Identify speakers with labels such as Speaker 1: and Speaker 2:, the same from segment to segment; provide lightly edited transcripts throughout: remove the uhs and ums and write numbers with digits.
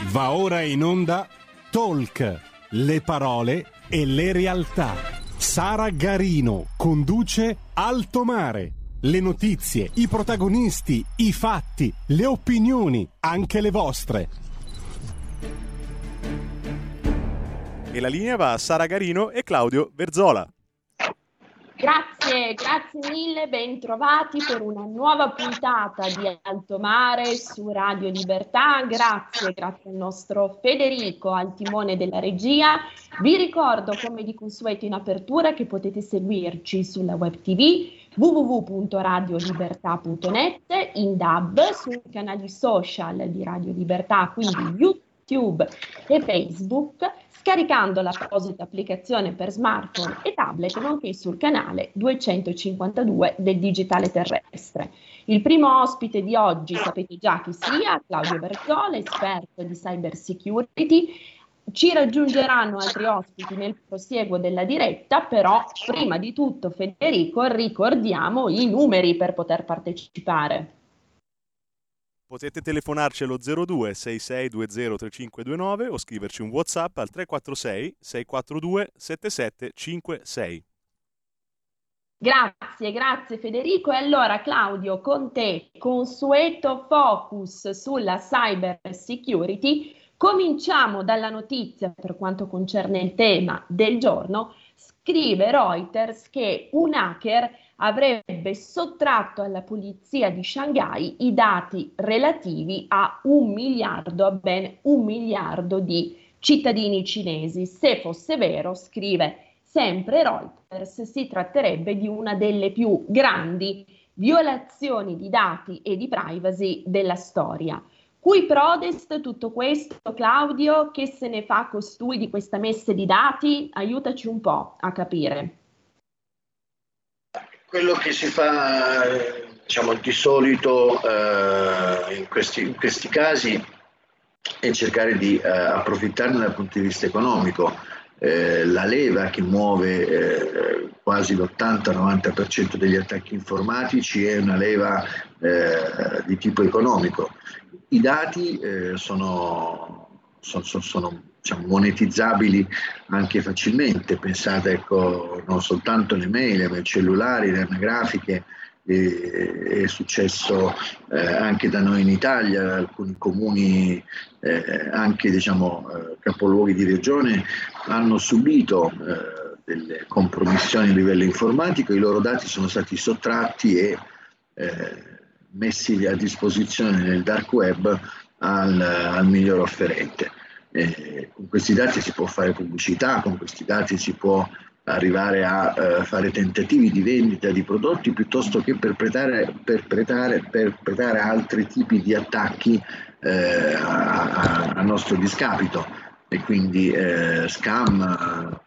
Speaker 1: Va ora in onda Talk, le parole e le realtà. Sara Garino conduce Alto Mare. Le notizie, i protagonisti, i fatti, le opinioni, anche le vostre.
Speaker 2: E la linea va a Sara Garino e Claudio Verzola.
Speaker 3: Grazie mille, ben trovati per una nuova puntata di Alto Mare su Radio Libertà. Grazie al nostro Federico al timone della regia. Vi ricordo, come di consueto in apertura, che potete seguirci sulla web TV www.radiolibertà.net, in DAB, sui canali social di Radio Libertà, quindi YouTube e Facebook, scaricando l'apposita applicazione per smartphone e tablet, nonché sul canale 252 del Digitale Terrestre. Il primo ospite di oggi sapete già chi sia, Claudio Verzola, esperto di cyber security. Ci raggiungeranno altri ospiti nel prosieguo della diretta, però prima di tutto, Federico, ricordiamo i numeri per poter partecipare.
Speaker 2: Potete telefonarci allo 02 6620 3529 o scriverci un WhatsApp al 346 642 7756.
Speaker 3: Grazie Federico. E allora Claudio, con te, consueto focus sulla cyber security. Cominciamo dalla notizia per quanto concerne il tema del giorno. Scrive Reuters che un hacker avrebbe sottratto alla polizia di Shanghai i dati relativi a ben 1 miliardo di cittadini cinesi. Se fosse vero, scrive sempre Reuters, si tratterebbe di una delle più grandi violazioni di dati e di privacy della storia. Cui prodest tutto questo, Claudio? Che se ne fa costui di questa messe di dati? Aiutaci un po' a capire.
Speaker 4: Quello che si fa, di solito in questi casi è cercare di approfittarne dal punto di vista economico. La leva che muove quasi l'80-90% degli attacchi informatici è una leva di tipo economico. I dati sono monetizzabili anche facilmente. Pensate, non soltanto le mail, ma i cellulari, le anagrafiche. È successo anche da noi in Italia, alcuni comuni, anche capoluoghi di regione, hanno subito delle compromissioni a livello informatico, i loro dati sono stati sottratti e messi a disposizione nel dark web al miglior offerente. Con questi dati si può fare pubblicità, con questi dati si può arrivare a fare tentativi di vendita di prodotti piuttosto che perpetrare altri tipi di attacchi a nostro discapito, e quindi scam,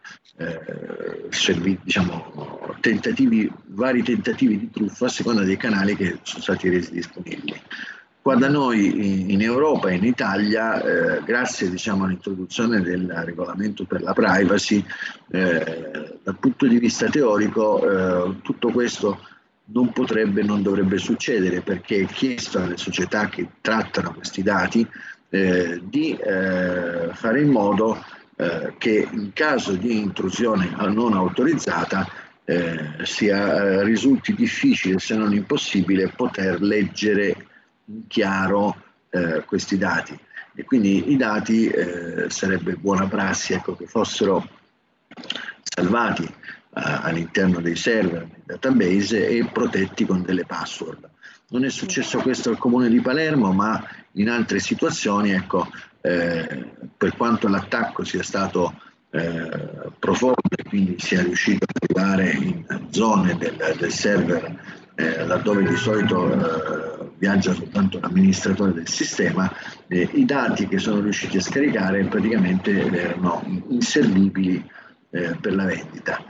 Speaker 4: vari tentativi di truffa a seconda dei canali che sono stati resi disponibili. Qua da noi in Europa e in Italia, grazie all'introduzione del regolamento per la privacy, dal punto di vista teorico tutto questo non dovrebbe succedere, perché è chiesto alle società che trattano questi dati di fare in modo che in caso di intrusione non autorizzata risulti difficile, se non impossibile, poter leggere in chiaro questi dati. E quindi i dati sarebbe buona prassi che fossero salvati all'interno dei server, dei database, e protetti con delle password. Non è successo questo al Comune di Palermo, ma in altre situazioni, per quanto l'attacco sia stato profondo e quindi sia riuscito ad arrivare in zone del server laddove di solito viaggia soltanto l'amministratore del sistema, i dati che sono riusciti a scaricare praticamente erano inservibili per la vendita.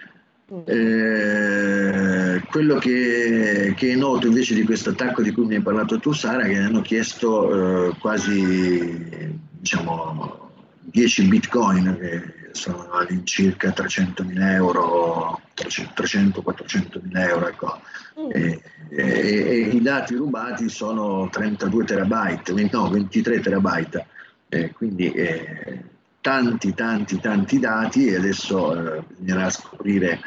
Speaker 4: Quello che è noto invece di questo attacco di cui mi hai parlato tu, Sara, che hanno chiesto quasi 10 bitcoin, che sono all'incirca 300.000 euro, 300-400.000 euro, e i dati rubati sono 23 terabyte, Quindi tanti dati, e adesso bisognerà scoprire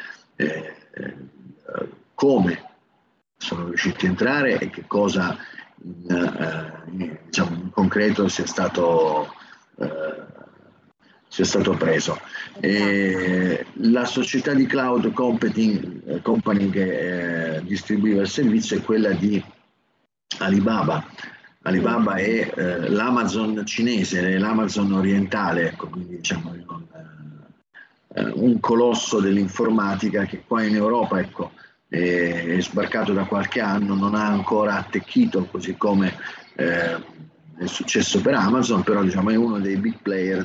Speaker 4: come sono riusciti a entrare e che cosa in concreto sia stato preso. La società di cloud company che distribuiva il servizio è quella di Alibaba. Alibaba è l'Amazon cinese, l'Amazon orientale, ecco, quindi diciamo un colosso dell'informatica che qua in Europa, ecco, è sbarcato da qualche anno, non ha ancora attecchito così come è successo per Amazon, però diciamo è uno dei big player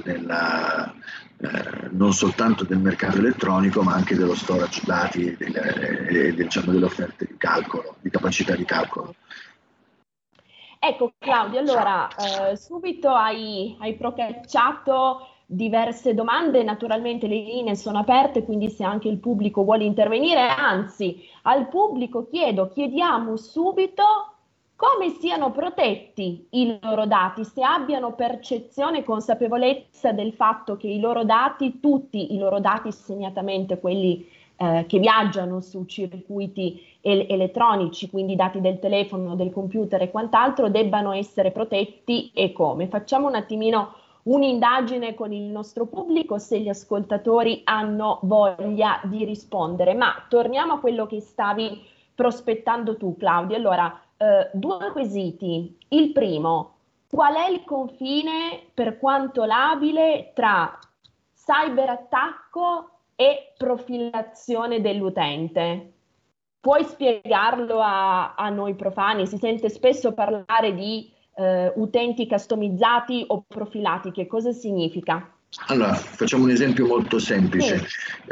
Speaker 4: non soltanto del mercato elettronico, ma anche dello storage dati diciamo, delle offerte di calcolo, di capacità di calcolo.
Speaker 3: Ecco Claudio, allora subito hai procacciato diverse domande, naturalmente le linee sono aperte, quindi se anche il pubblico vuole intervenire, anzi al pubblico chiediamo subito come siano protetti i loro dati, se abbiano percezione e consapevolezza del fatto che i loro dati, tutti i loro dati, segnatamente quelli che viaggiano su circuiti elettronici, quindi dati del telefono, del computer e quant'altro, debbano essere protetti e come. Facciamo un attimino un'indagine con il nostro pubblico, se gli ascoltatori hanno voglia di rispondere, ma torniamo a quello che stavi prospettando tu, Claudio. Allora, due quesiti. Il primo, qual è il confine, per quanto labile, tra cyberattacco e profilazione dell'utente? Puoi spiegarlo a noi profani? Si sente spesso parlare di utenti customizzati o profilati, che cosa significa?
Speaker 4: Allora, facciamo un esempio molto semplice.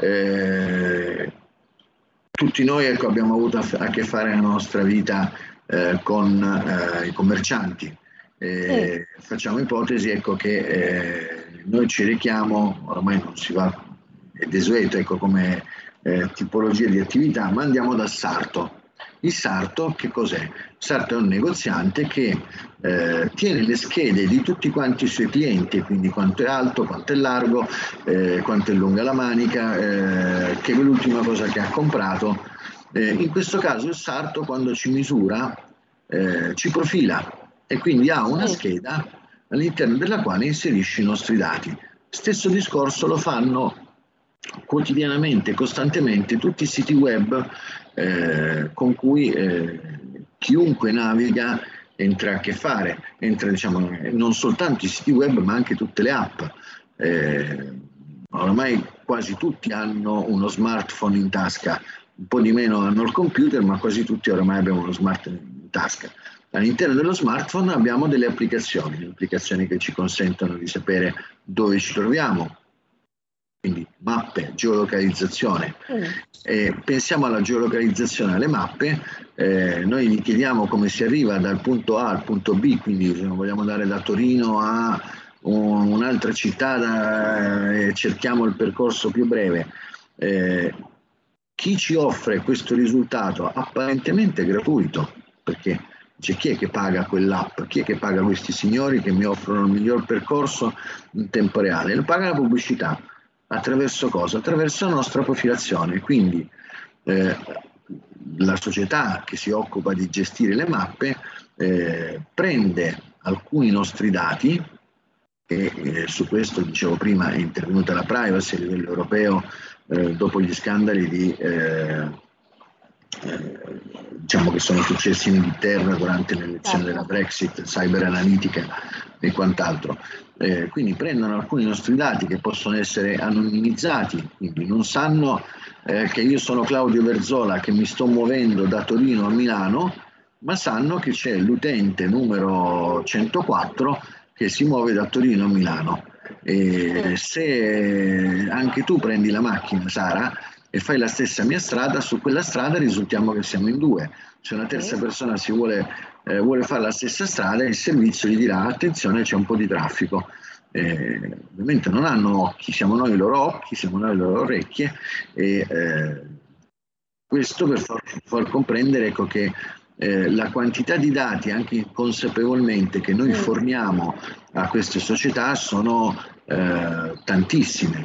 Speaker 4: Tutti noi, ecco, abbiamo avuto a che fare nella nostra vita con i commercianti. Facciamo ipotesi, ecco, che noi ci rechiamo, ormai non si va, è desueto, ecco, come tipologia di attività, ma andiamo dal sarto. Il sarto che cos'è? Il sarto è un negoziante che tiene le schede di tutti quanti i suoi clienti, quindi quanto è alto, quanto è largo, quanto è lunga la manica, che è l'ultima cosa che ha comprato. In questo caso il sarto, quando ci misura, ci profila e quindi ha una scheda all'interno della quale inserisce i nostri dati. Stesso discorso lo fanno quotidianamente, costantemente, tutti i siti web con cui chiunque naviga entra a che fare, diciamo, non soltanto i siti web ma anche tutte le app. Ormai quasi tutti hanno uno smartphone in tasca, un po' di meno hanno il computer, ma quasi tutti ormai abbiamo uno smartphone in tasca. All'interno dello smartphone abbiamo delle applicazioni che ci consentono di sapere dove ci troviamo, quindi mappe, geolocalizzazione. Pensiamo alla geolocalizzazione, alle mappe, noi gli chiediamo come si arriva dal punto A al punto B, quindi se vogliamo andare da Torino a un'altra città e cerchiamo il percorso più breve. Chi ci offre questo risultato apparentemente gratuito, perché c'è chi è che paga quell'app, chi è che paga questi signori che mi offrono il miglior percorso in tempo reale? Lo paga la pubblicità. Attraverso cosa? Attraverso la nostra profilazione. Quindi la società che si occupa di gestire le mappe prende alcuni nostri dati, e su questo, dicevo prima, è intervenuta la privacy a livello europeo dopo gli scandali diciamo che sono successi in Inghilterra durante l'elezione della Brexit, cyber analitica e quant'altro. Quindi prendono alcuni nostri dati che possono essere anonimizzati, quindi non sanno che io sono Claudio Verzola che mi sto muovendo da Torino a Milano, ma sanno che c'è l'utente numero 104 che si muove da Torino a Milano. Se anche tu prendi la macchina, Sara, e fai la stessa mia strada, su quella strada risultiamo che siamo in due. Se una terza persona vuole fare la stessa strada, il servizio gli dirà: attenzione, c'è un po' di traffico. Ovviamente non hanno occhi, siamo noi i loro occhi, siamo noi le loro orecchie, e questo per far comprendere, ecco, che la quantità di dati, anche consapevolmente, che noi forniamo a queste società sono tantissime.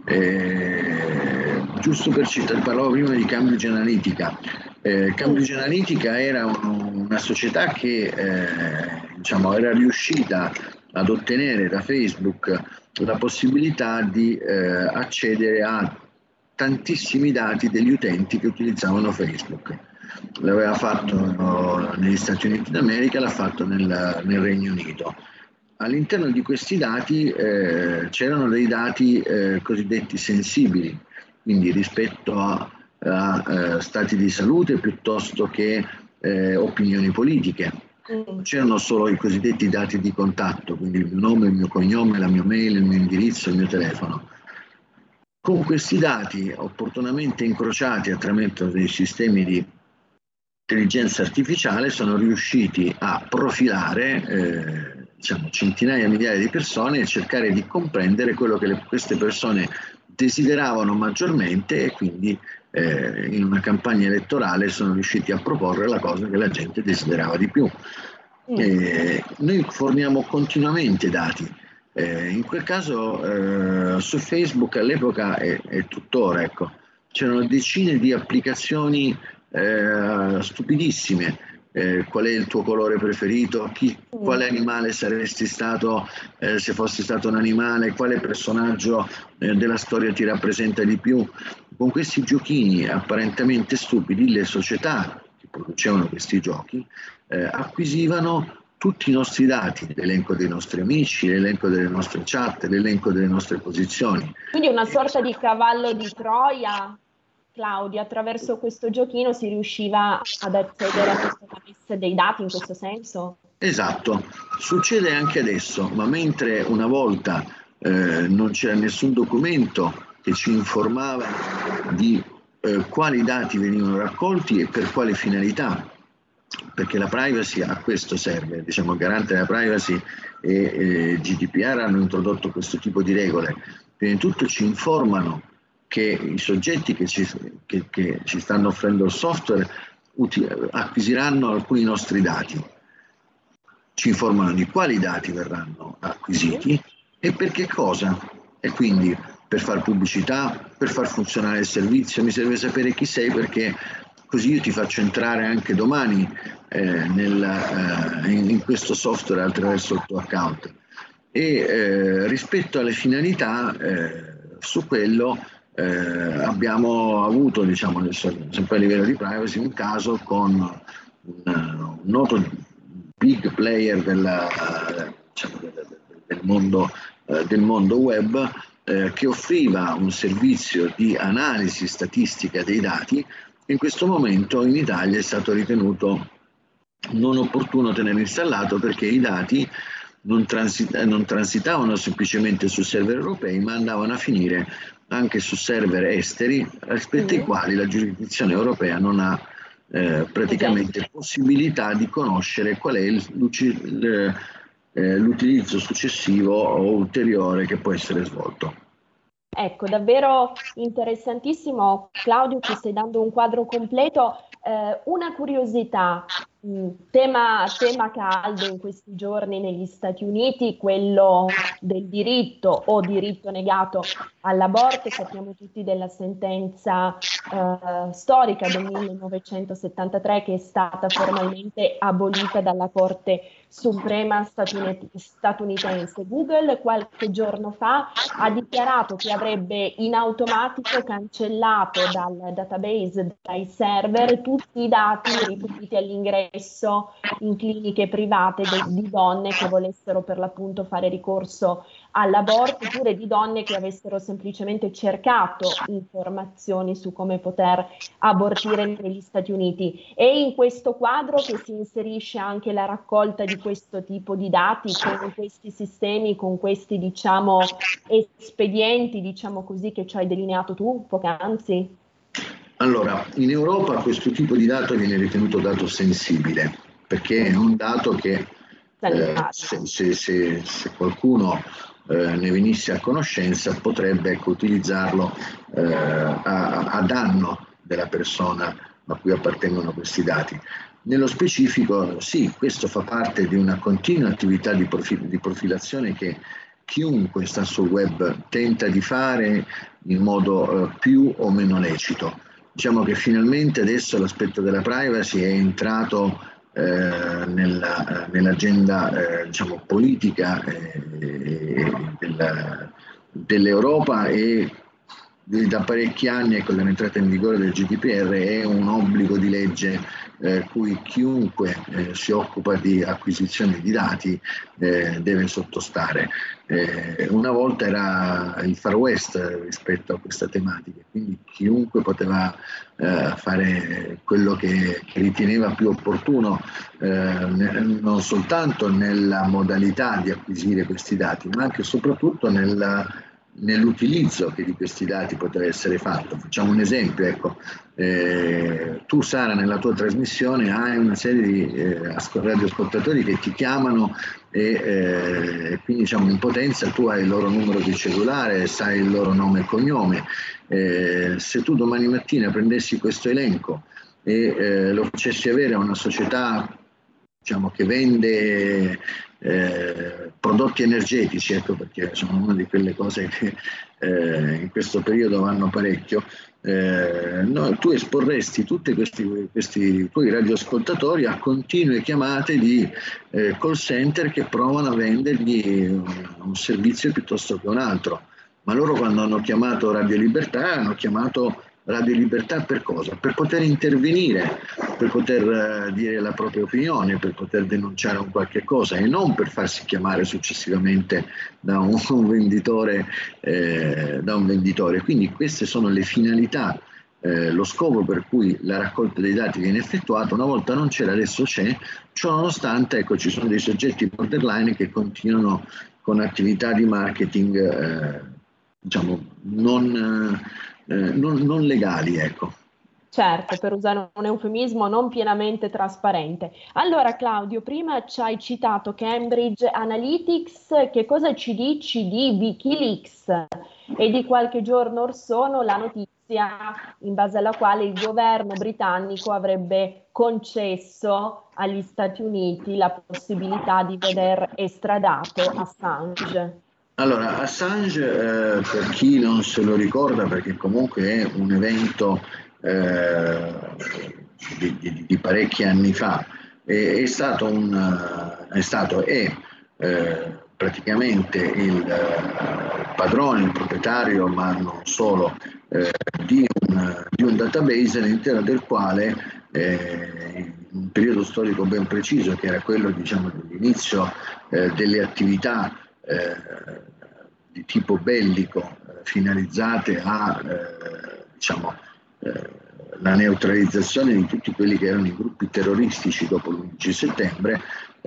Speaker 4: Giusto per citare, parlavo prima di Cambridge Analytica. Cambridge Analytica era una società che diciamo, era riuscita ad ottenere da Facebook la possibilità di accedere a tantissimi dati degli utenti che utilizzavano Facebook. L'aveva fatto negli Stati Uniti d'America, l'ha fatto nel Regno Unito. All'interno di questi dati c'erano dei dati cosiddetti sensibili, quindi rispetto a stati di salute piuttosto che opinioni politiche. C'erano solo i cosiddetti dati di contatto, quindi il mio nome, il mio cognome, la mia mail, il mio indirizzo, il mio telefono. Con questi dati opportunamente incrociati attraverso dei sistemi di intelligenza artificiale sono riusciti a profilare diciamo, centinaia, migliaia di persone e cercare di comprendere quello che queste persone desideravano maggiormente e quindi in una campagna elettorale sono riusciti a proporre la cosa che la gente desiderava di più. Noi forniamo continuamente dati. In quel caso su Facebook all'epoca e tuttora, ecco, c'erano decine di applicazioni stupidissime. Qual è il tuo colore preferito? Quale animale saresti stato se fossi stato un animale? Quale personaggio della storia ti rappresenta di più? Con questi giochini apparentemente stupidi le società che producevano questi giochi acquisivano tutti i nostri dati, l'elenco dei nostri amici, l'elenco delle nostre chat, l'elenco delle nostre posizioni.
Speaker 3: Quindi una sorta di cavallo di Troia, Claudia, attraverso questo giochino si riusciva ad accedere a questa messa dei dati in questo senso?
Speaker 4: Esatto, succede anche adesso, ma mentre una volta non c'era nessun documento che ci informava di quali dati venivano raccolti e per quale finalità, perché la privacy a questo serve, diciamo il garante della privacy e GDPR hanno introdotto questo tipo di regole. Prima di tutto ci informano che i soggetti che ci stanno offrendo il software acquisiranno alcuni nostri dati, ci informano di quali dati verranno acquisiti e per che cosa, e quindi per far pubblicità, per far funzionare il servizio, mi serve sapere chi sei perché così io ti faccio entrare anche domani in questo software attraverso il tuo account. E rispetto alle finalità, su quello abbiamo avuto, diciamo, sempre a livello di privacy, un caso con un noto big player del mondo web che offriva un servizio di analisi statistica dei dati. In questo momento in Italia è stato ritenuto non opportuno tenerlo installato perché i dati non transitavano semplicemente su server europei, ma andavano a finire anche su server esteri rispetto ai quali la giurisdizione europea non ha praticamente possibilità di conoscere qual è l'utilizzo successivo o ulteriore che può essere svolto.
Speaker 3: Ecco, davvero interessantissimo, Claudio, ci stai dando un quadro completo. Una curiosità, tema caldo in questi giorni negli Stati Uniti, quello del diritto o diritto negato all'aborto. Sappiamo tutti della sentenza storica del 1973 che è stata formalmente abolita dalla Corte Suprema statunitense. Google qualche giorno fa ha dichiarato che avrebbe in automatico cancellato dal database, dai server, tutti i dati riferiti all'ingresso in cliniche private di donne che volessero per l'appunto fare ricorso all'aborto, oppure di donne che avessero semplicemente cercato informazioni su come poter abortire negli Stati Uniti. E in questo quadro che si inserisce anche la raccolta di questo tipo di dati con questi sistemi, con questi, diciamo, espedienti, diciamo così, che ci hai delineato tu poc'anzi?
Speaker 4: Allora, in Europa questo tipo di dato viene ritenuto dato sensibile, perché è un dato che se qualcuno ne venisse a conoscenza potrebbe utilizzarlo a danno della persona a cui appartengono questi dati. Nello specifico, sì, questo fa parte di una continua attività di profilazione che chiunque sta sul web tenta di fare in modo più o meno lecito. Diciamo che finalmente adesso l'aspetto della privacy è entrato nell'agenda diciamo, politica dell'Europa, e da parecchi anni, con l'entrata in vigore del GDPR, è un obbligo di legge cui chiunque si occupa di acquisizione di dati deve sottostare. Una volta era il Far West rispetto a questa tematica, quindi chiunque poteva fare quello che riteneva più opportuno, non soltanto nella modalità di acquisire questi dati, ma anche e soprattutto nell'utilizzo che di questi dati poteva essere fatto. Facciamo un esempio, ecco, tu Sara nella tua trasmissione hai una serie di radioascoltatori che ti chiamano e quindi diciamo in potenza tu hai il loro numero di cellulare, sai il loro nome e cognome. Se tu domani mattina prendessi questo elenco e lo facessi avere a una società, diciamo, che vende prodotti energetici, ecco, perché sono una di quelle cose che in questo periodo vanno parecchio, no, tu esporresti tutti questi tuoi radioascoltatori a continue chiamate di call center che provano a vendergli un servizio piuttosto che un altro. Ma loro, quando hanno chiamato Radio Libertà, hanno chiamato Radio Libertà per cosa? Per poter intervenire, per poter dire la propria opinione, per poter denunciare un qualche cosa, e non per farsi chiamare successivamente da un venditore. Quindi queste sono le finalità, lo scopo per cui la raccolta dei dati viene effettuata. Una volta non c'era, adesso c'è. Ciò nonostante, ecco, ci sono dei soggetti borderline che continuano con attività di marketing diciamo non legali, ecco.
Speaker 3: Certo, per usare un eufemismo non pienamente trasparente. Allora Claudio, prima ci hai citato Cambridge Analytics, che cosa ci dici di Wikileaks e di qualche giorno or sono la notizia in base alla quale il governo britannico avrebbe concesso agli Stati Uniti la possibilità di veder estradato Assange?
Speaker 4: Allora, Assange, per chi non se lo ricorda, perché comunque è un evento di parecchi anni fa, è praticamente il padrone, il proprietario, ma non solo, di un database all'interno del quale in un periodo storico ben preciso, che era quello, diciamo, dell'inizio delle attività di tipo bellico finalizzate a diciamo, la neutralizzazione di tutti quelli che erano i gruppi terroristici dopo l'11 settembre,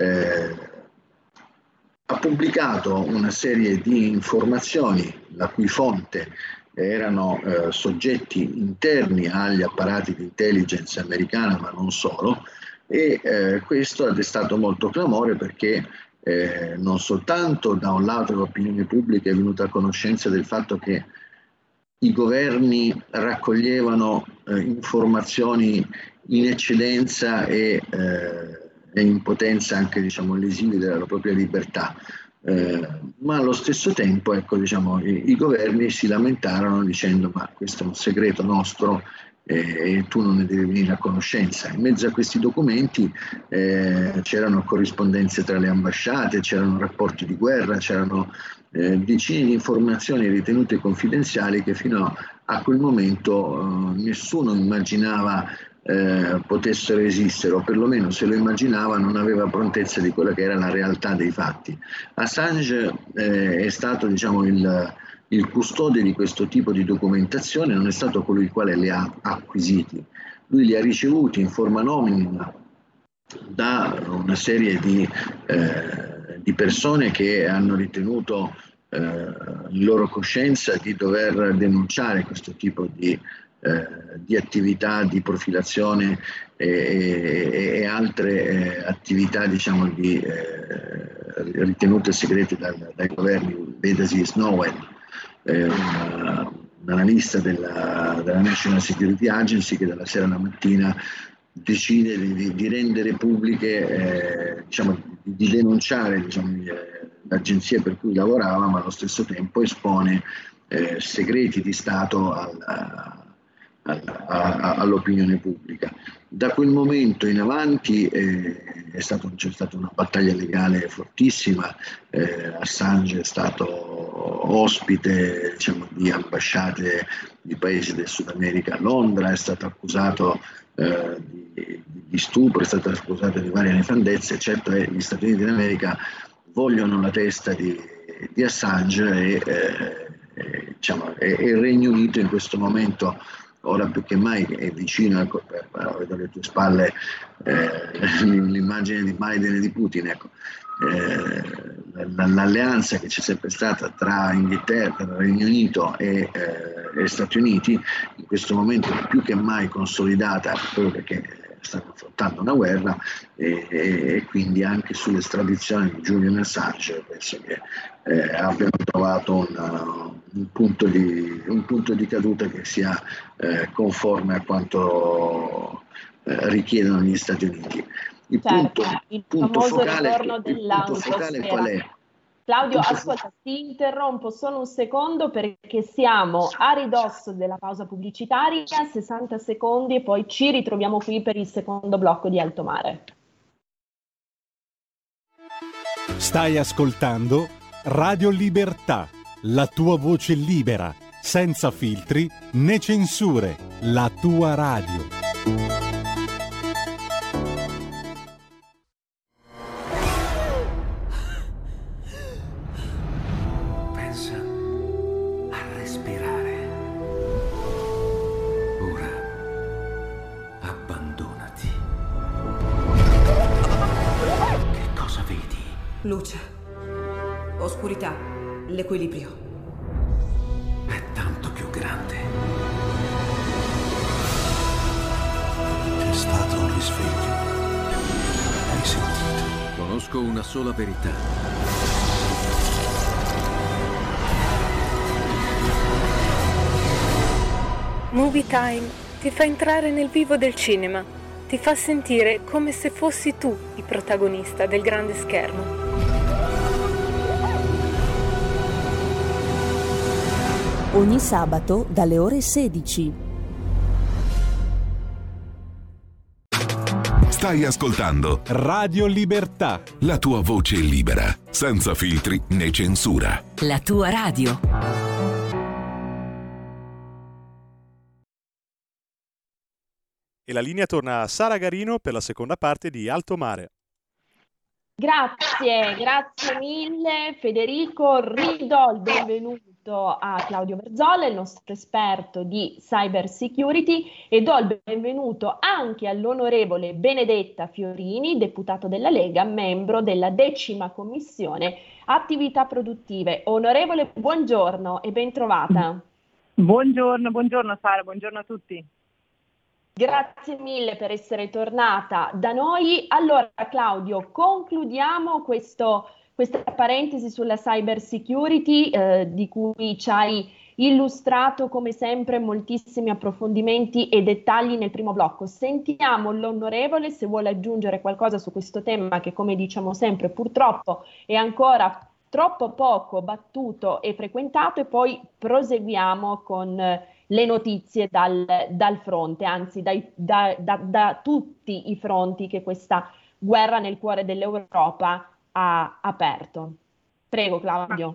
Speaker 4: ha pubblicato una serie di informazioni la cui fonte erano soggetti interni agli apparati di intelligence americana, ma non solo, e questo ha destato molto clamore, perché non soltanto da un lato l'opinione pubblica è venuta a conoscenza del fatto che i governi raccoglievano informazioni in eccedenza e in potenza anche, diciamo, lesivi della propria libertà, ma allo stesso tempo, ecco, diciamo, i governi si lamentarono dicendo: ma questo è un segreto nostro e tu non ne devi venire a conoscenza. In mezzo a questi documenti c'erano corrispondenze tra le ambasciate, c'erano rapporti di guerra, c'erano decine di informazioni ritenute confidenziali che fino a quel momento nessuno immaginava potessero esistere, o perlomeno se lo immaginava non aveva prontezza di quella che era la realtà dei fatti. Assange è stato, diciamo, il custode di questo tipo di documentazione, non è stato colui il quale li ha acquisiti. Lui li ha ricevuti in forma anonima da una serie di persone che hanno ritenuto in loro coscienza di dover denunciare questo tipo di attività di profilazione e altre attività, diciamo, ritenute segrete dai governi. Vedasi Snowden, un analista della National Security Agency, che dalla sera alla mattina decide di rendere pubbliche, di denunciare l'agenzia per cui lavorava, ma allo stesso tempo espone segreti di Stato all'opinione pubblica. Da quel momento in avanti c'è stata una battaglia legale fortissima. Assange è stato ospite di ambasciate di paesi del Sud America a Londra, è stato accusato di stupro, è stato accusato di varie nefandezze. Certo gli Stati Uniti d'America vogliono la testa di Assange e il Regno Unito in questo momento, ora più che mai, è vicino, ecco, vedo alle tue spalle l'immagine di Biden e di Putin, ecco. L'alleanza che c'è sempre stata tra Inghilterra, Regno Unito e Stati Uniti in questo momento è più che mai consolidata, proprio perché stanno affrontando una guerra, e quindi anche sull'estradizione di Julian Assange penso che abbiano trovato un punto di caduta che sia conforme a quanto richiedono gli Stati Uniti. Il punto focale qual è?
Speaker 3: Claudio, ascolta, ti interrompo solo un secondo perché siamo a ridosso della pausa pubblicitaria, 60 secondi e poi ci ritroviamo qui per il secondo blocco di Alto Mare.
Speaker 1: Stai ascoltando Radio Libertà, la tua voce libera, senza filtri né censure, la tua radio.
Speaker 5: Luce, oscurità, l'equilibrio.
Speaker 6: È tanto più grande.
Speaker 7: C'è stato un risveglio. Hai sentito?
Speaker 6: Conosco una sola verità.
Speaker 8: Movie Time ti fa entrare nel vivo del cinema, ti fa sentire come se fossi tu il protagonista del grande schermo.
Speaker 9: Ogni sabato dalle ore 16.
Speaker 10: Stai ascoltando
Speaker 1: Radio Libertà,
Speaker 10: la tua voce libera, senza filtri né censura.
Speaker 9: La tua radio.
Speaker 2: E la linea torna a Sara Garino per la seconda parte di Alto Mare.
Speaker 3: Grazie mille Federico. Ridò il benvenuto a Claudio Verzola, il nostro esperto di cyber security, e do il benvenuto anche all'onorevole Benedetta Fiorini, deputato della Lega, membro della 10ª commissione attività produttive. Onorevole, buongiorno e ben trovata.
Speaker 11: Buongiorno Sara, buongiorno a tutti.
Speaker 3: Grazie mille per essere tornata da noi. Allora Claudio, concludiamo questa parentesi sulla cyber security di cui ci hai illustrato come sempre moltissimi approfondimenti e dettagli nel primo blocco. Sentiamo l'onorevole se vuole aggiungere qualcosa su questo tema che, come diciamo sempre, purtroppo è ancora troppo poco battuto e frequentato, e poi proseguiamo con le notizie dal fronte, anzi da tutti i fronti che questa guerra nel cuore dell'Europa ha aperto. Prego Claudio.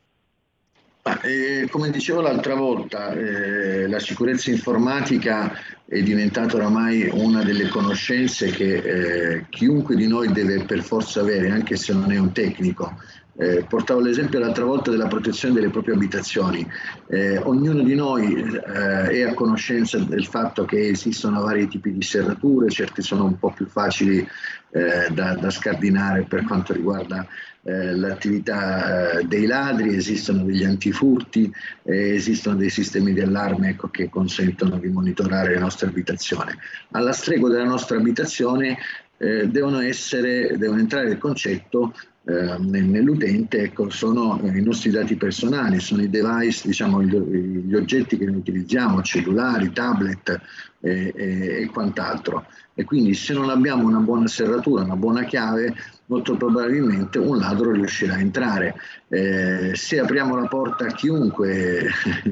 Speaker 4: Come dicevo l'altra volta, la sicurezza informatica è diventata oramai una delle conoscenze che chiunque di noi deve per forza avere, anche se non è un tecnico. Portavo l'esempio l'altra volta della protezione delle proprie abitazioni. Ognuno di noi è a conoscenza del fatto che esistono vari tipi di serrature, certi sono un po' più facili da scardinare per quanto riguarda l'attività dei ladri, esistono degli antifurti, esistono dei sistemi di allarme, ecco, che consentono di monitorare le nostre abitazioni. Alla stregua della nostra abitazione deve entrare il concetto nell'utente, ecco, sono i nostri dati personali, sono i device, diciamo, gli oggetti che noi utilizziamo, cellulari, tablet e quant'altro. E quindi se non abbiamo una buona serratura, una buona chiave, molto probabilmente un ladro riuscirà a entrare. Se apriamo la porta a chiunque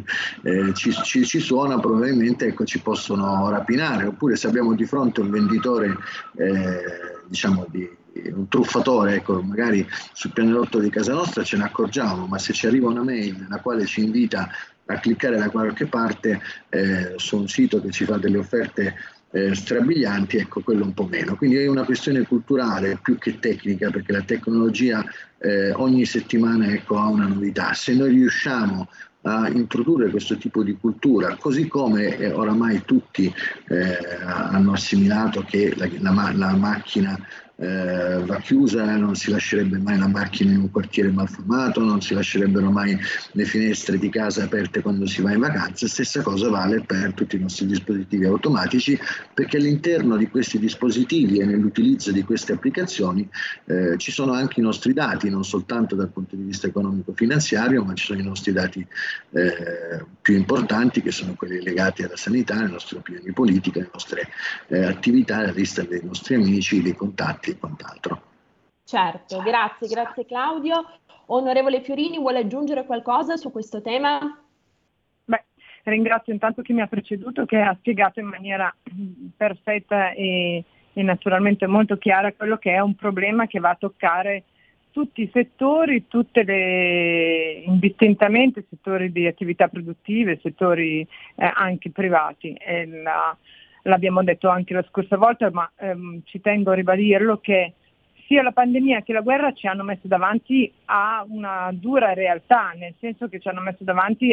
Speaker 4: ci suona, probabilmente, ecco, ci possono rapinare. Oppure se abbiamo di fronte un venditore, diciamo un truffatore, ecco, magari sul pianerottolo di casa nostra ce ne accorgiamo, ma se ci arriva una mail nella quale ci invita a cliccare da qualche parte su un sito che ci fa delle offerte strabilianti, ecco, quello un po' meno. Quindi è una questione culturale più che tecnica, perché la tecnologia ogni settimana, ecco, ha una novità. Se noi riusciamo a introdurre questo tipo di cultura, così come oramai tutti hanno assimilato che la macchina va chiusa, non si lascerebbe mai la macchina in un quartiere malformato, non si lascerebbero mai le finestre di casa aperte quando si va in vacanza. Stessa cosa vale per tutti i nostri dispositivi automatici, perché all'interno di questi dispositivi e nell'utilizzo di queste applicazioni ci sono anche i nostri dati, non soltanto dal punto di vista economico-finanziario, ma ci sono i nostri dati più importanti, che sono quelli legati alla sanità, alle nostre opinioni politiche, alle nostre attività, la lista dei nostri amici, dei contatti e quant'altro.
Speaker 3: Certo, grazie Claudio. Onorevole Fiorini, vuole aggiungere qualcosa su questo tema?
Speaker 11: Beh, ringrazio intanto chi mi ha preceduto, che ha spiegato in maniera perfetta e naturalmente molto chiara quello che è un problema che va a toccare tutti i settori, indistintamente settori di attività produttive, settori anche privati. L'abbiamo detto anche la scorsa volta, ma ci tengo a ribadirlo, che sia la pandemia che la guerra ci hanno messo davanti a una dura realtà, nel senso che ci hanno messo davanti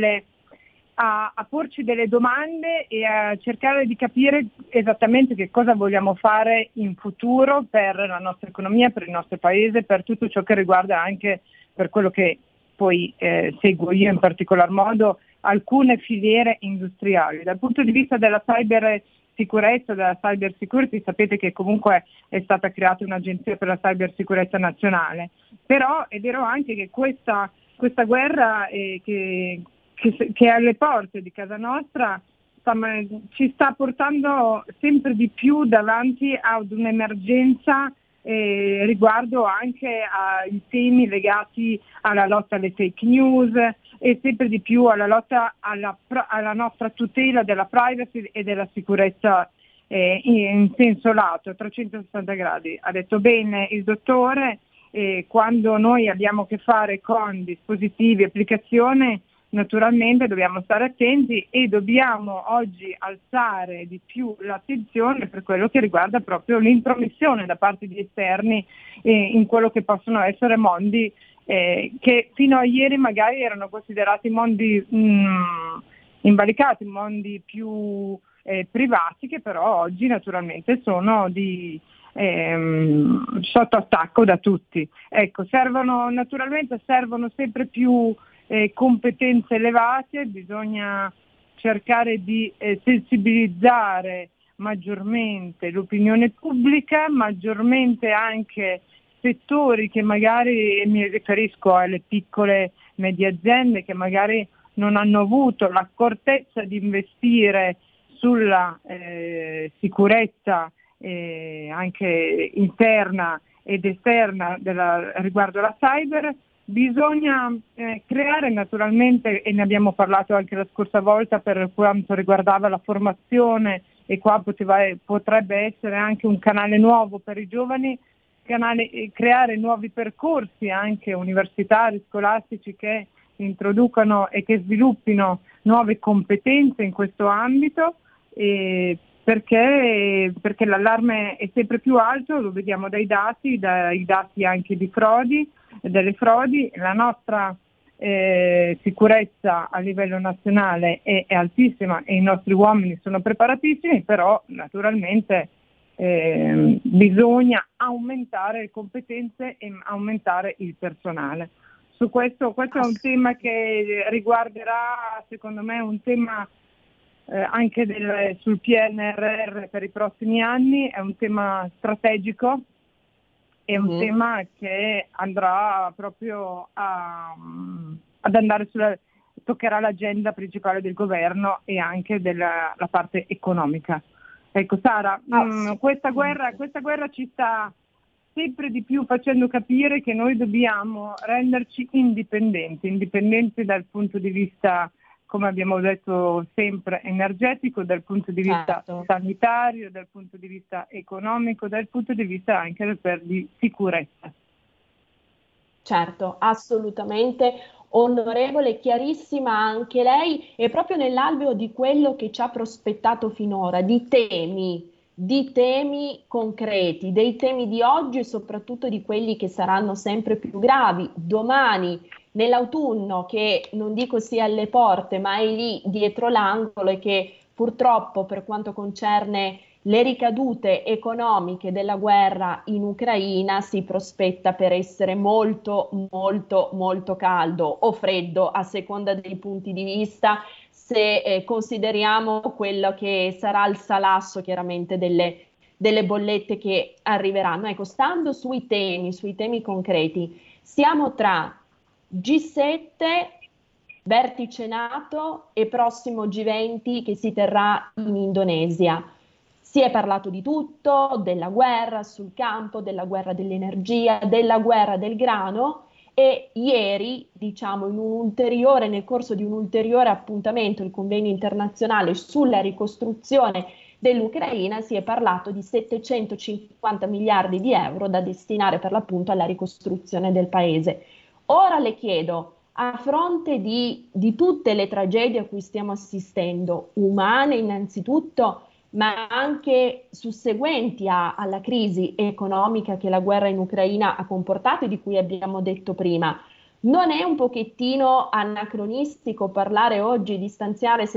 Speaker 11: a porci delle domande e a cercare di capire esattamente che cosa vogliamo fare in futuro per la nostra economia, per il nostro paese, per tutto ciò che riguarda anche, per quello che poi seguo io in particolar modo, alcune filiere industriali. Dal punto di vista della cybersicurezza, della cyber security, sapete che comunque è stata creata un'agenzia per la cybersicurezza nazionale, però è vero anche che questa guerra che è alle porte di casa nostra ci sta portando sempre di più davanti ad un'emergenza riguardo anche ai temi legati alla lotta alle fake news e sempre di più alla lotta alla nostra tutela della privacy e della sicurezza in senso lato, 360 gradi. Ha detto bene il dottore, quando noi abbiamo a che fare con dispositivi e applicazioni, naturalmente dobbiamo stare attenti e dobbiamo oggi alzare di più l'attenzione per quello che riguarda proprio l'intromissione da parte di esterni in quello che possono essere mondi che fino a ieri magari erano considerati mondi invalicati, mondi più privati, che però oggi naturalmente sono sotto attacco da tutti. Ecco, servono sempre più competenze elevate, bisogna cercare di sensibilizzare maggiormente l'opinione pubblica, maggiormente anche settori che magari, mi riferisco alle piccole medie aziende che magari non hanno avuto l'accortezza di investire sulla sicurezza anche interna ed esterna riguardo alla cyber. Bisogna creare naturalmente, e ne abbiamo parlato anche la scorsa volta per quanto riguardava la formazione, e qua potrebbe essere anche un canale nuovo per i giovani, creare nuovi percorsi anche universitari, scolastici, che introducano e che sviluppino nuove competenze in questo ambito, perché l'allarme è sempre più alto, lo vediamo dai dati anche di frodi, delle frodi. La nostra sicurezza a livello nazionale è altissima e i nostri uomini sono preparatissimi, però naturalmente bisogna aumentare le competenze e aumentare il personale. Su questo è un tema che riguarderà, secondo me, un tema anche sul PNRR per i prossimi anni, è un tema strategico è un tema che andrà proprio ad andare toccherà l'agenda principale del governo e anche della parte economica. Ecco Sara, questa guerra ci sta sempre di più facendo capire che noi dobbiamo renderci indipendenti dal punto di vista, come abbiamo detto sempre, energetico, dal punto di vista sanitario, dal punto di vista economico, dal punto di vista anche di sicurezza.
Speaker 3: Certo, assolutamente. Onorevole, chiarissima anche lei, e proprio nell'alveo di quello che ci ha prospettato finora, di temi concreti, dei temi di oggi e soprattutto di quelli che saranno sempre più gravi domani, nell'autunno, che non dico sia alle porte, ma è lì dietro l'angolo e che purtroppo per quanto concerne le ricadute economiche della guerra in Ucraina si prospetta per essere molto, molto, molto caldo o freddo, a seconda dei punti di vista, se consideriamo quello che sarà il salasso chiaramente delle bollette che arriveranno. Ecco, stando sui temi concreti, siamo tra G7, vertice NATO e prossimo G20 che si terrà in Indonesia. Si è parlato di tutto, della guerra sul campo, della guerra dell'energia, della guerra del grano, e ieri, diciamo, nel corso di un ulteriore appuntamento, il convegno internazionale sulla ricostruzione dell'Ucraina, si è parlato di 750 miliardi di euro da destinare per l'appunto alla ricostruzione del paese. Ora le chiedo, a fronte di tutte le tragedie a cui stiamo assistendo, umane innanzitutto, ma anche susseguenti alla crisi economica che la guerra in Ucraina ha comportato e di cui abbiamo detto prima, non è un pochettino anacronistico parlare oggi di stanziare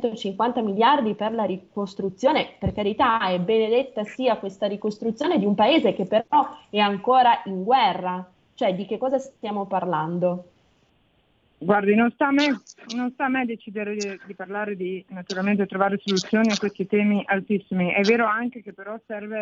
Speaker 3: 750 miliardi per la ricostruzione? Per carità, è benedetta sia questa ricostruzione di un paese che però è ancora in guerra. Cioè, di che cosa stiamo parlando?
Speaker 11: Guardi, non sta a me decidere di parlare naturalmente trovare soluzioni a questi temi altissimi. È vero anche che però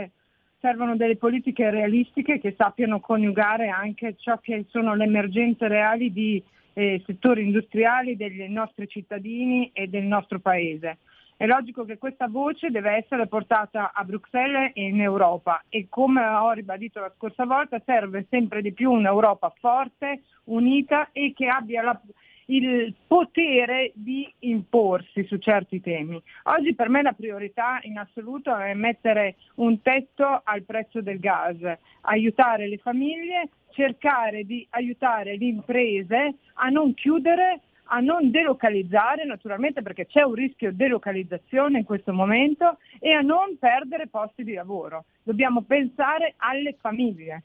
Speaker 11: servono delle politiche realistiche che sappiano coniugare anche ciò che sono le emergenze reali di settori industriali dei nostri cittadini e del nostro paese. È logico che questa voce deve essere portata a Bruxelles e in Europa, e come ho ribadito la scorsa volta serve sempre di più un'Europa forte, unita e che abbia il potere di imporsi su certi temi. Oggi per me la priorità in assoluto è mettere un tetto al prezzo del gas, aiutare le famiglie, cercare di aiutare le imprese a non chiudere, a non delocalizzare naturalmente, perché c'è un rischio di delocalizzazione in questo momento, e a non perdere posti di lavoro. Dobbiamo pensare alle famiglie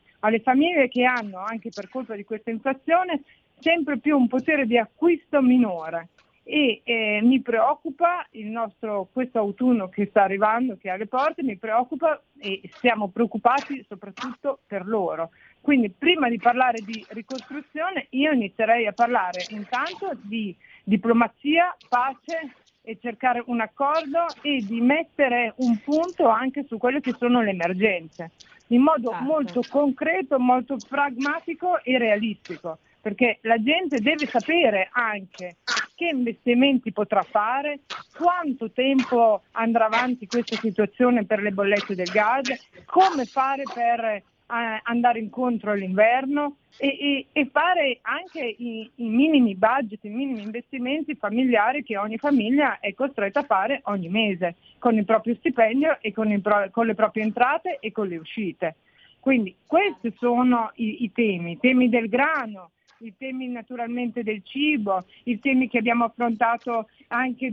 Speaker 11: che hanno, anche per colpa di questa inflazione, sempre più un potere di acquisto minore. E mi preoccupa questo autunno che sta arrivando, che è alle porte, mi preoccupa, e siamo preoccupati soprattutto per loro. Quindi prima di parlare di ricostruzione io inizierei a parlare intanto di diplomazia, pace e cercare un accordo e di mettere un punto anche su quelle che sono le emergenze, in modo molto concreto, molto pragmatico e realistico, perché la gente deve sapere anche che investimenti potrà fare, quanto tempo andrà avanti questa situazione per le bollette del gas, come fare per andare incontro all'inverno e fare anche i minimi budget, i minimi investimenti familiari che ogni famiglia è costretta a fare ogni mese, con il proprio stipendio e con le proprie entrate e con le uscite. Quindi questi sono i temi del grano, i temi naturalmente del cibo, i temi che abbiamo affrontato anche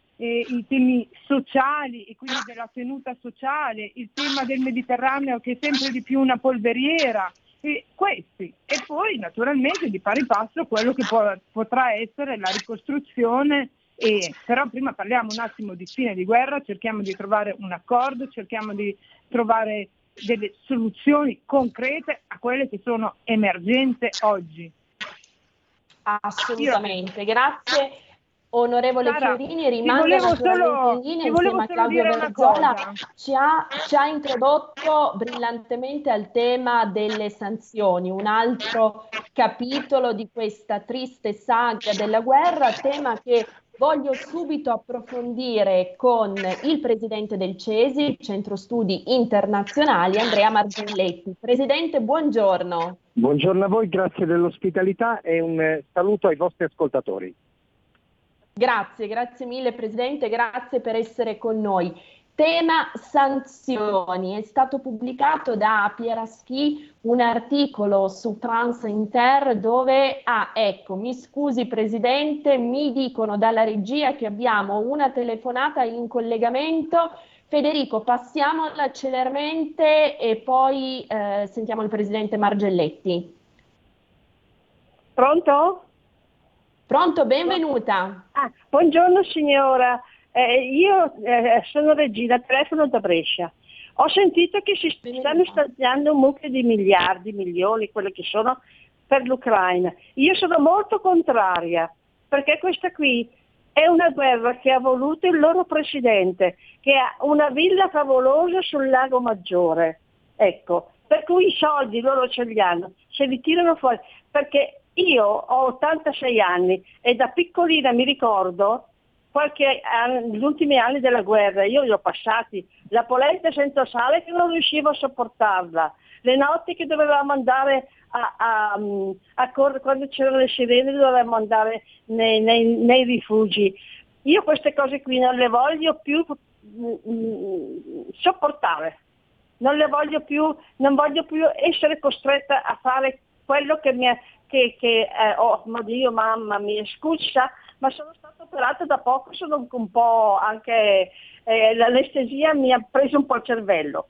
Speaker 11: i temi sociali e quindi della tenuta sociale, il tema del Mediterraneo che è sempre di più una polveriera, e questi, e poi naturalmente di pari passo quello che potrà essere la ricostruzione. Però prima parliamo un attimo di fine di guerra, cerchiamo di trovare un accordo, cerchiamo di trovare delle soluzioni concrete a quelle che sono emergenze oggi.
Speaker 3: Assolutamente, grazie. Onorevole
Speaker 11: Sara,
Speaker 3: Fiorini, rimanga naturalmente in linea insieme a Claudio Verzola, ci ha introdotto brillantemente al tema delle sanzioni, un altro capitolo di questa triste saga della guerra, tema che voglio subito approfondire con il presidente del CESI, il Centro Studi Internazionali, Andrea Margelletti. Presidente, buongiorno.
Speaker 12: Buongiorno a voi, grazie dell'ospitalità e un saluto ai vostri ascoltatori.
Speaker 3: Grazie mille Presidente, grazie per essere con noi. Tema sanzioni, è stato pubblicato da Pieraschi un articolo su France Inter dove, ecco, mi scusi Presidente, mi dicono dalla regia che abbiamo una telefonata in collegamento. Federico, passiamola celermente e poi sentiamo il Presidente Margelletti.
Speaker 13: Pronto?
Speaker 3: Pronto, benvenuta.
Speaker 13: Buongiorno signora, io sono Regina, telefono da Brescia. Ho sentito che si stanno stanziando un mucchio di miliardi, milioni, quelli che sono, per l'Ucraina. Io sono molto contraria, perché questa qui è una guerra che ha voluto il loro presidente, che ha una villa favolosa sul Lago Maggiore. Ecco, per cui i soldi loro ce li hanno, se li tirano fuori, perché io ho 86 anni e da piccolina mi ricordo gli ultimi anni della guerra, io li ho passati, la polenta senza sale che non riuscivo a sopportarla, le notti che dovevamo andare a correre, quando c'erano le sirene dovevamo andare nei rifugi. Io queste cose qui non le voglio più sopportare, non voglio più essere costretta a fare quello che mi è Dio, mamma mia, scusa, ma sono stata operata da poco, sono un po' anche l'anestesia mi ha preso un po' il cervello.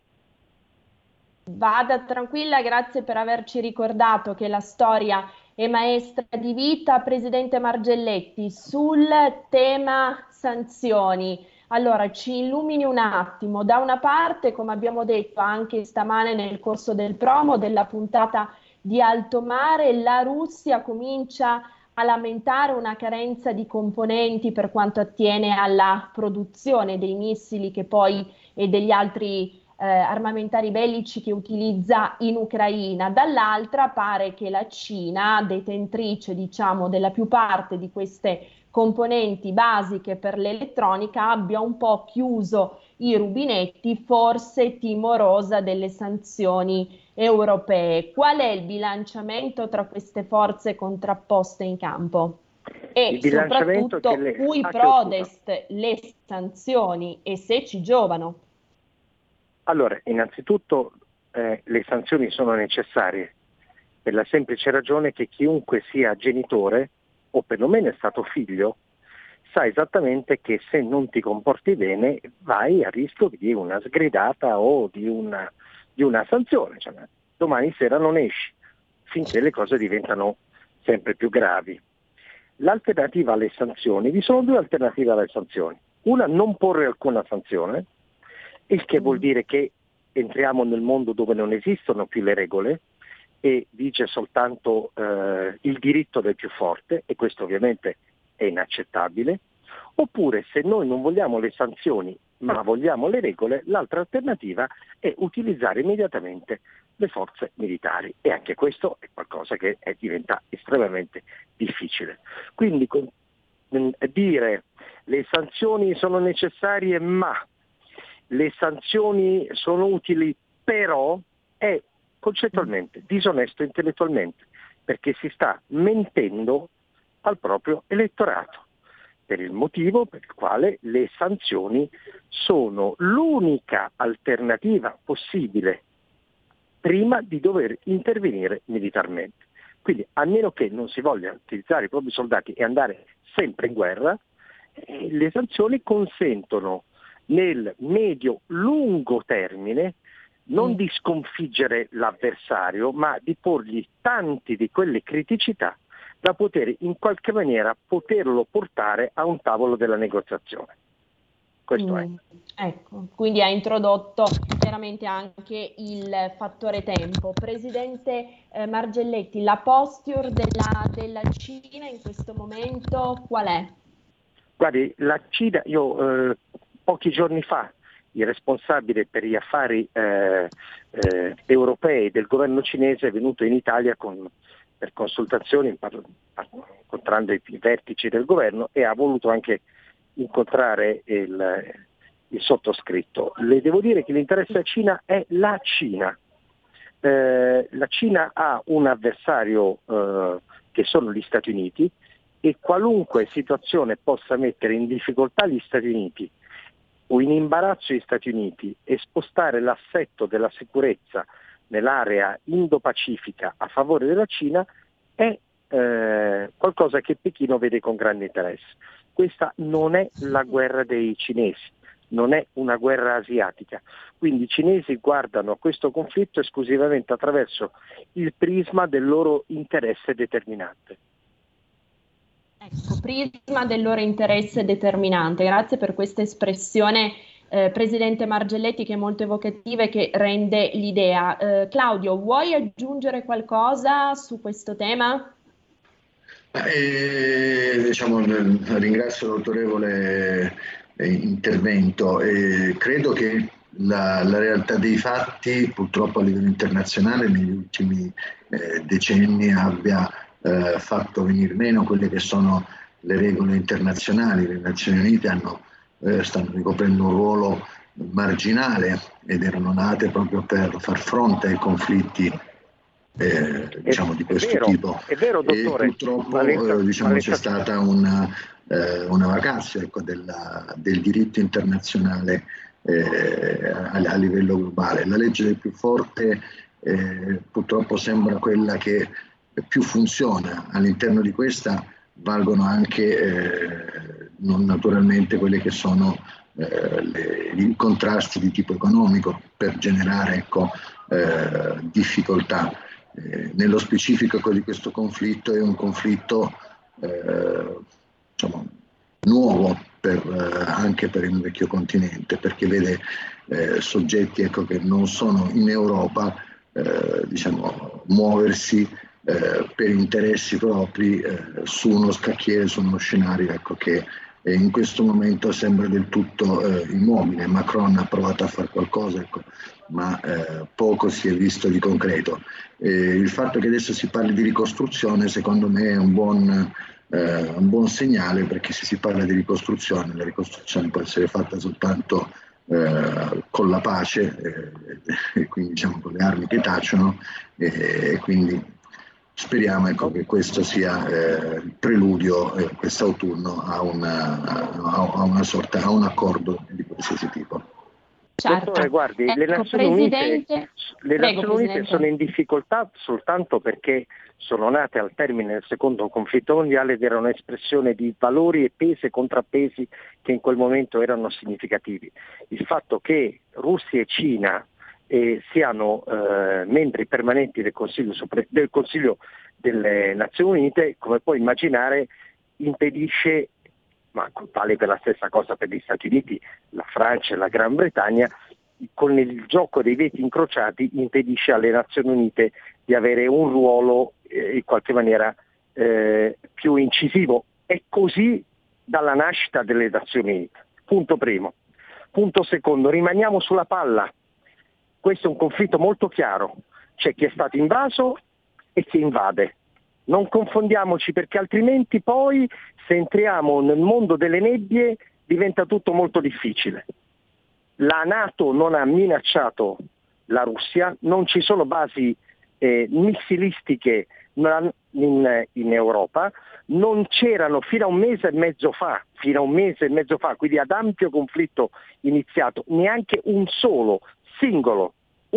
Speaker 3: Vada tranquilla, grazie per averci ricordato che la storia è maestra di vita. Presidente Margelletti, sul tema sanzioni, allora ci illumini un attimo. Da una parte, come abbiamo detto anche stamane nel corso del promo della puntata di Alto Mare, la Russia comincia a lamentare una carenza di componenti per quanto attiene alla produzione dei missili che poi e degli altri armamentari bellici che utilizza in Ucraina. Dall'altra pare che la Cina, detentrice diciamo della più parte di queste componenti basiche per l'elettronica, abbia un po' chiuso i rubinetti, forse timorosa delle sanzioni europee. Qual è il bilanciamento tra queste forze contrapposte in campo? E soprattutto cui prodest le sanzioni e se ci giovano?
Speaker 12: Allora, innanzitutto le sanzioni sono necessarie per la semplice ragione che chiunque sia genitore o perlomeno è stato figlio sa esattamente che se non ti comporti bene vai a rischio di una sgridata o di una sanzione, cioè, domani sera non esci, finché le cose diventano sempre più gravi. L'alternativa alle sanzioni, vi sono due alternative alle sanzioni. Una, non porre alcuna sanzione, il che vuol dire che entriamo nel mondo dove non esistono più le regole e vige soltanto il diritto del più forte, e questo ovviamente è inaccettabile. Oppure, se noi non vogliamo le sanzioni ma vogliamo le regole, l'altra alternativa è utilizzare immediatamente le forze militari, e anche questo è qualcosa che diventa estremamente difficile. Quindi dire le sanzioni sono necessarie ma le sanzioni sono utili però è concettualmente disonesto intellettualmente, perché si sta mentendo al proprio elettorato, per il motivo per il quale le sanzioni sono l'unica alternativa possibile prima di dover intervenire militarmente. Quindi, a meno che non si voglia utilizzare i propri soldati e andare sempre in guerra, le sanzioni consentono nel medio-lungo termine non di sconfiggere l'avversario, ma di porgli tanti di quelle criticità da poter in qualche maniera poterlo portare a un tavolo della negoziazione. Questo è.
Speaker 3: Ecco, quindi ha introdotto chiaramente anche il fattore tempo. Presidente Margelletti, la posture della Cina in questo momento qual è?
Speaker 12: Guardi, la Cina, io pochi giorni fa il responsabile per gli affari europei del governo cinese è venuto in Italia per consultazioni, incontrando i vertici del governo, e ha voluto anche incontrare il sottoscritto. Le devo dire che l'interesse della Cina è la Cina. La Cina ha un avversario che sono gli Stati Uniti, e qualunque situazione possa mettere in difficoltà gli Stati Uniti o in imbarazzo gli Stati Uniti e spostare l'assetto della sicurezza nell'area Indo-Pacifica a favore della Cina è qualcosa che Pechino vede con grande interesse. Questa non è la guerra dei cinesi, non è una guerra asiatica, quindi i cinesi guardano a questo conflitto esclusivamente attraverso il prisma del loro interesse determinante.
Speaker 3: Ecco, prisma del loro interesse determinante. Grazie per questa espressione, Presidente Margelletti, che è molto evocativa e che rende l'idea. Claudio, vuoi aggiungere qualcosa su questo tema?
Speaker 4: Ringrazio l'autorevole intervento. Credo che la realtà dei fatti, purtroppo a livello internazionale, negli ultimi decenni abbia fatto venire meno quelle che sono le regole internazionali. Le Nazioni Unite stanno ricoprendo un ruolo marginale ed erano nate proprio per far fronte ai conflitti di questo tipo.
Speaker 12: È vero, dottore.
Speaker 4: E purtroppo c'è stata una vacazio del diritto internazionale a livello globale. La legge del più forte purtroppo sembra quella che più funziona. All'interno di questa valgono anche naturalmente quelle che sono i contrasti di tipo economico per generare difficoltà. Nello specifico di questo conflitto è un conflitto nuovo anche per il vecchio continente, perché vede soggetti che non sono in Europa muoversi per interessi propri su uno scacchiere, su uno scenario che in questo momento sembra del tutto immobile. Macron ha provato a fare qualcosa, ma poco si è visto di concreto. Il fatto che adesso si parli di ricostruzione, secondo me, è un buon segnale, perché se si parla di ricostruzione, la ricostruzione può essere fatta soltanto con la pace, e quindi con le armi che tacciono, e quindi speriamo che questo sia il preludio quest'autunno a un accordo di qualsiasi tipo.
Speaker 3: Certo.
Speaker 12: Dottore, guardi, le Nazioni Unite sono in difficoltà soltanto perché sono nate al termine del secondo conflitto mondiale ed erano espressione di valori e pesi e contrappesi che in quel momento erano significativi. Il fatto che Russia e Cina siano membri permanenti del Consiglio delle Nazioni Unite, come puoi immaginare, impedisce, ma vale per la stessa cosa per gli Stati Uniti, la Francia e la Gran Bretagna, con il gioco dei veti incrociati impedisce alle Nazioni Unite di avere un ruolo in qualche maniera più incisivo. È così dalla nascita delle Nazioni Unite. Punto primo. Punto secondo, rimaniamo sulla palla. Questo è un conflitto molto chiaro. C'è chi è stato invaso e chi invade. Non confondiamoci, perché altrimenti poi, se entriamo nel mondo delle nebbie, diventa tutto molto difficile. La NATO non ha minacciato la Russia, non ci sono basi missilistiche in Europa, non c'erano fino a un mese e mezzo fa, quindi ad ampio conflitto iniziato, neanche un solo singolo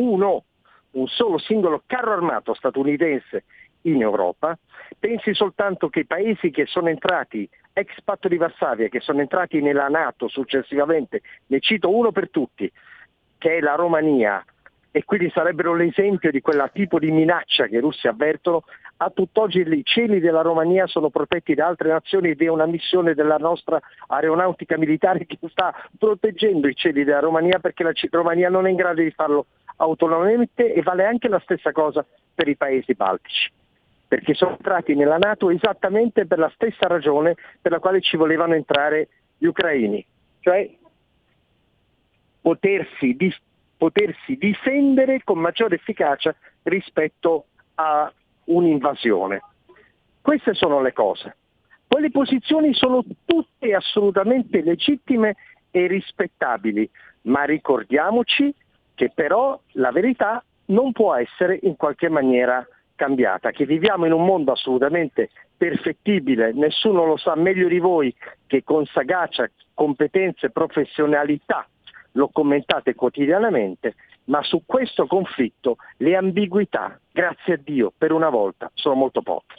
Speaker 12: carro armato statunitense in Europa. Pensi soltanto che i paesi che sono entrati ex patto di Varsavia, che sono entrati nella NATO successivamente, ne cito uno per tutti, che è la Romania, e quindi sarebbero l'esempio di quel tipo di minaccia che i russi avvertono. A tutt'oggi i cieli della Romania sono protetti da altre nazioni ed è una missione della nostra aeronautica militare che sta proteggendo i cieli della Romania, perché la Romania non è in grado di farlo autonomamente, e vale anche la stessa cosa per i paesi baltici, perché sono entrati nella NATO esattamente per la stessa ragione per la quale ci volevano entrare gli ucraini, cioè potersi difendere con maggiore efficacia rispetto a un'invasione. Queste sono le cose. Poi le posizioni sono tutte assolutamente legittime e rispettabili, ma ricordiamoci che però la verità non può essere in qualche maniera cambiata, che viviamo in un mondo assolutamente perfettibile, nessuno lo sa meglio di voi che con sagacia, competenze, professionalità lo commentate quotidianamente, ma su questo conflitto le ambiguità, grazie a Dio, per una volta sono molto poche.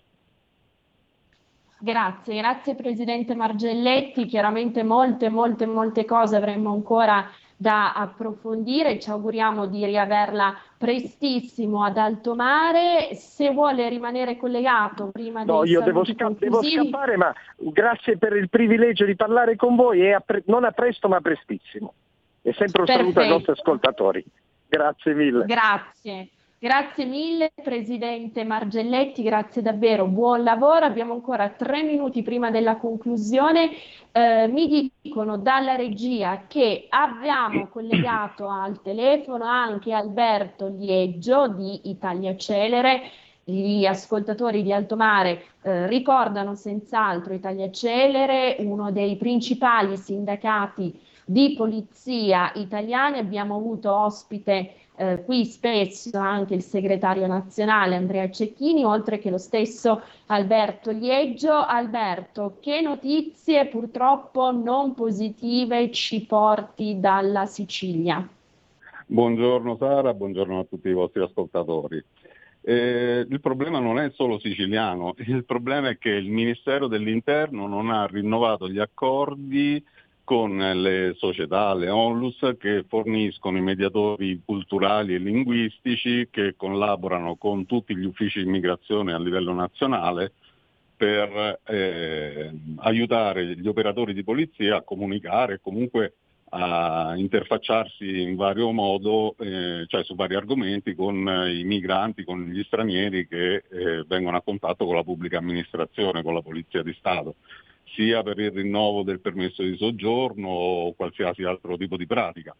Speaker 3: Grazie Presidente Margelletti, chiaramente molte cose avremmo ancora da approfondire, ci auguriamo di riaverla prestissimo ad alto mare. Se vuole rimanere collegato prima dei saluti
Speaker 12: devo scappare, ma grazie per il privilegio di parlare con voi e non a presto ma a prestissimo. E sempre un saluto ai nostri ascoltatori. Grazie mille.
Speaker 3: Grazie mille Presidente Margelletti, grazie davvero, buon lavoro. Abbiamo ancora 3 minuti prima della conclusione. Mi dicono dalla regia che abbiamo collegato al telefono anche Alberto Lieggio di Italia Celere. Gli ascoltatori di Alto Mare ricordano senz'altro Italia Celere, uno dei principali sindacati di polizia italiani. Abbiamo avuto ospite qui spesso anche il segretario nazionale Andrea Cecchini, oltre che lo stesso Alberto Lieggio. Alberto, che notizie purtroppo non positive ci porti dalla Sicilia?
Speaker 14: Buongiorno Sara, buongiorno a tutti i vostri ascoltatori. Il problema non è solo siciliano, il problema è che il Ministero dell'Interno non ha rinnovato gli accordi con le società, le onlus, che forniscono i mediatori culturali e linguistici, che collaborano con tutti gli uffici immigrazione a livello nazionale per aiutare gli operatori di polizia a comunicare e comunque a interfacciarsi in vario modo, cioè su vari argomenti, con i migranti, con gli stranieri che vengono a contatto con la pubblica amministrazione, con la Polizia di Stato, sia per il rinnovo del permesso di soggiorno o qualsiasi altro tipo di pratica.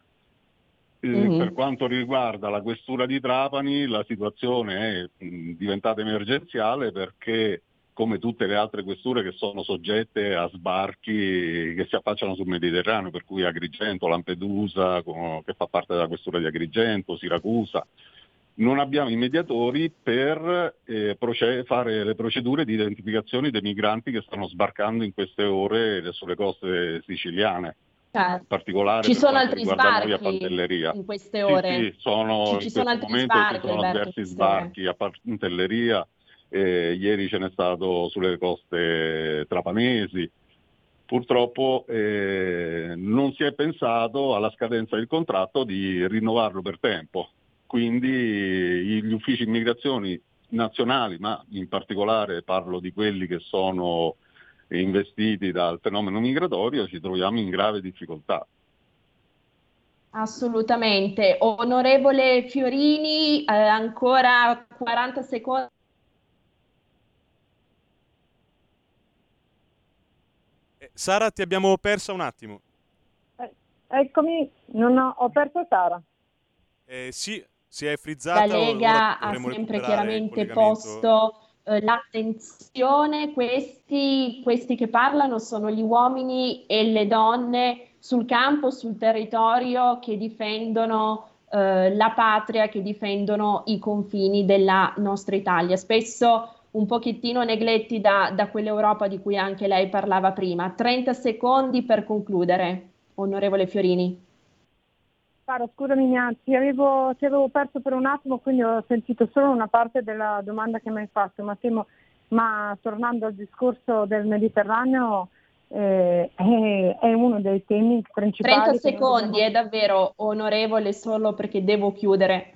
Speaker 14: Per quanto riguarda la questura di Trapani, la situazione è diventata emergenziale perché, come tutte le altre questure che sono soggette a sbarchi che si affacciano sul Mediterraneo, per cui Agrigento, Lampedusa, che fa parte della questura di Agrigento, Siracusa, non abbiamo i mediatori per fare le procedure di identificazione dei migranti che stanno sbarcando in queste ore sulle coste siciliane.
Speaker 3: Certo.
Speaker 14: In particolare
Speaker 3: ci sono altri
Speaker 14: riguarda noi a
Speaker 3: sbarchi
Speaker 14: Pantelleria.
Speaker 3: in queste ore?
Speaker 14: Sì, ci sono
Speaker 3: altri sbarchi,
Speaker 14: ci sono diversi sbarchi a Pantelleria, ieri ce n'è stato sulle coste trapanesi. Purtroppo non si è pensato alla scadenza del contratto di rinnovarlo per tempo. Quindi gli uffici immigrazioni nazionali, ma in particolare parlo di quelli che sono investiti dal fenomeno migratorio, ci troviamo in grave difficoltà.
Speaker 3: Assolutamente. Onorevole Fiorini, ancora 40 secondi.
Speaker 2: Sara, ti abbiamo persa un attimo.
Speaker 11: Eccomi, ho perso Sara.
Speaker 2: Sì, si è frizzata.
Speaker 3: La Lega ha sempre chiaramente posto l'attenzione. Questi che parlano sono gli uomini e le donne sul campo, sul territorio, che difendono la patria, che difendono i confini della nostra Italia, spesso un pochettino negletti da quell'Europa di cui anche lei parlava prima. 30 secondi per concludere, onorevole Fiorini.
Speaker 11: Sara, scusami, ti avevo perso per un attimo, quindi ho sentito solo una parte della domanda che mi hai fatto, ma tornando al discorso del Mediterraneo, è uno dei temi principali.
Speaker 3: 30 secondi, è davvero, onorevole, solo perché devo chiudere.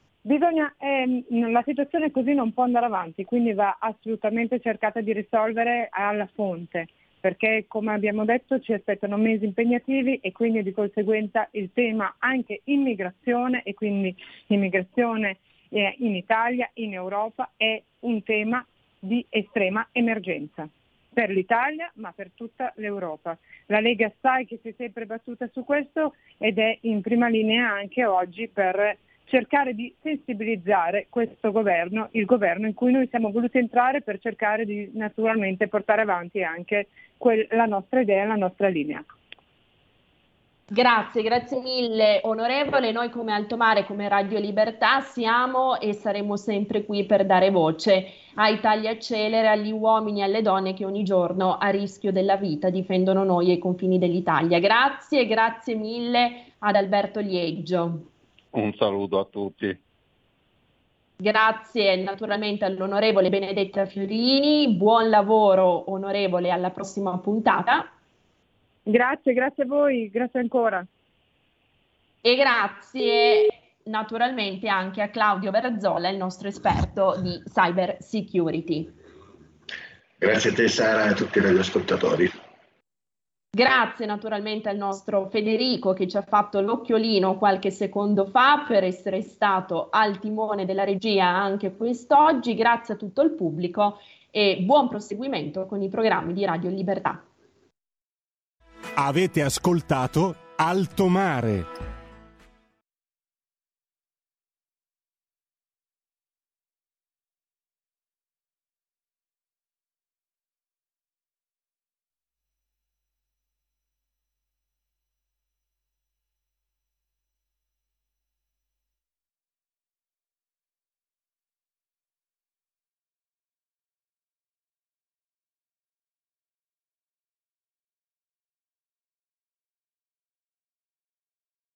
Speaker 11: La situazione così non può andare avanti, quindi va assolutamente cercata di risolvere alla fonte, perché come abbiamo detto ci aspettano mesi impegnativi e quindi di conseguenza il tema anche immigrazione e quindi immigrazione in Italia, in Europa, è un tema di estrema emergenza. per l'Italia ma per tutta l'Europa. La Lega sai che si è sempre battuta su questo ed è in prima linea anche oggi per cercare di sensibilizzare questo governo, il governo in cui noi siamo voluti entrare per cercare di naturalmente portare avanti anche la nostra idea, la nostra linea.
Speaker 3: Grazie mille onorevole. Noi come Alto Mare, come Radio Libertà siamo e saremo sempre qui per dare voce ai tagliacelere, agli uomini e alle donne che ogni giorno a rischio della vita difendono noi e i confini dell'Italia. Grazie mille ad Alberto Lieggio.
Speaker 14: Un saluto a tutti.
Speaker 3: Grazie naturalmente all'onorevole Benedetta Fiorini, buon lavoro onorevole, alla prossima puntata.
Speaker 11: Grazie a voi, grazie ancora.
Speaker 3: E grazie naturalmente anche a Claudio Verzola, il nostro esperto di cyber security.
Speaker 4: Grazie a te Sara e a tutti gli ascoltatori.
Speaker 3: Grazie naturalmente al nostro Federico che ci ha fatto l'occhiolino qualche secondo fa per essere stato al timone della regia anche quest'oggi. Grazie a tutto il pubblico e buon proseguimento con i programmi di Radio Libertà.
Speaker 1: Avete ascoltato Alto Mare.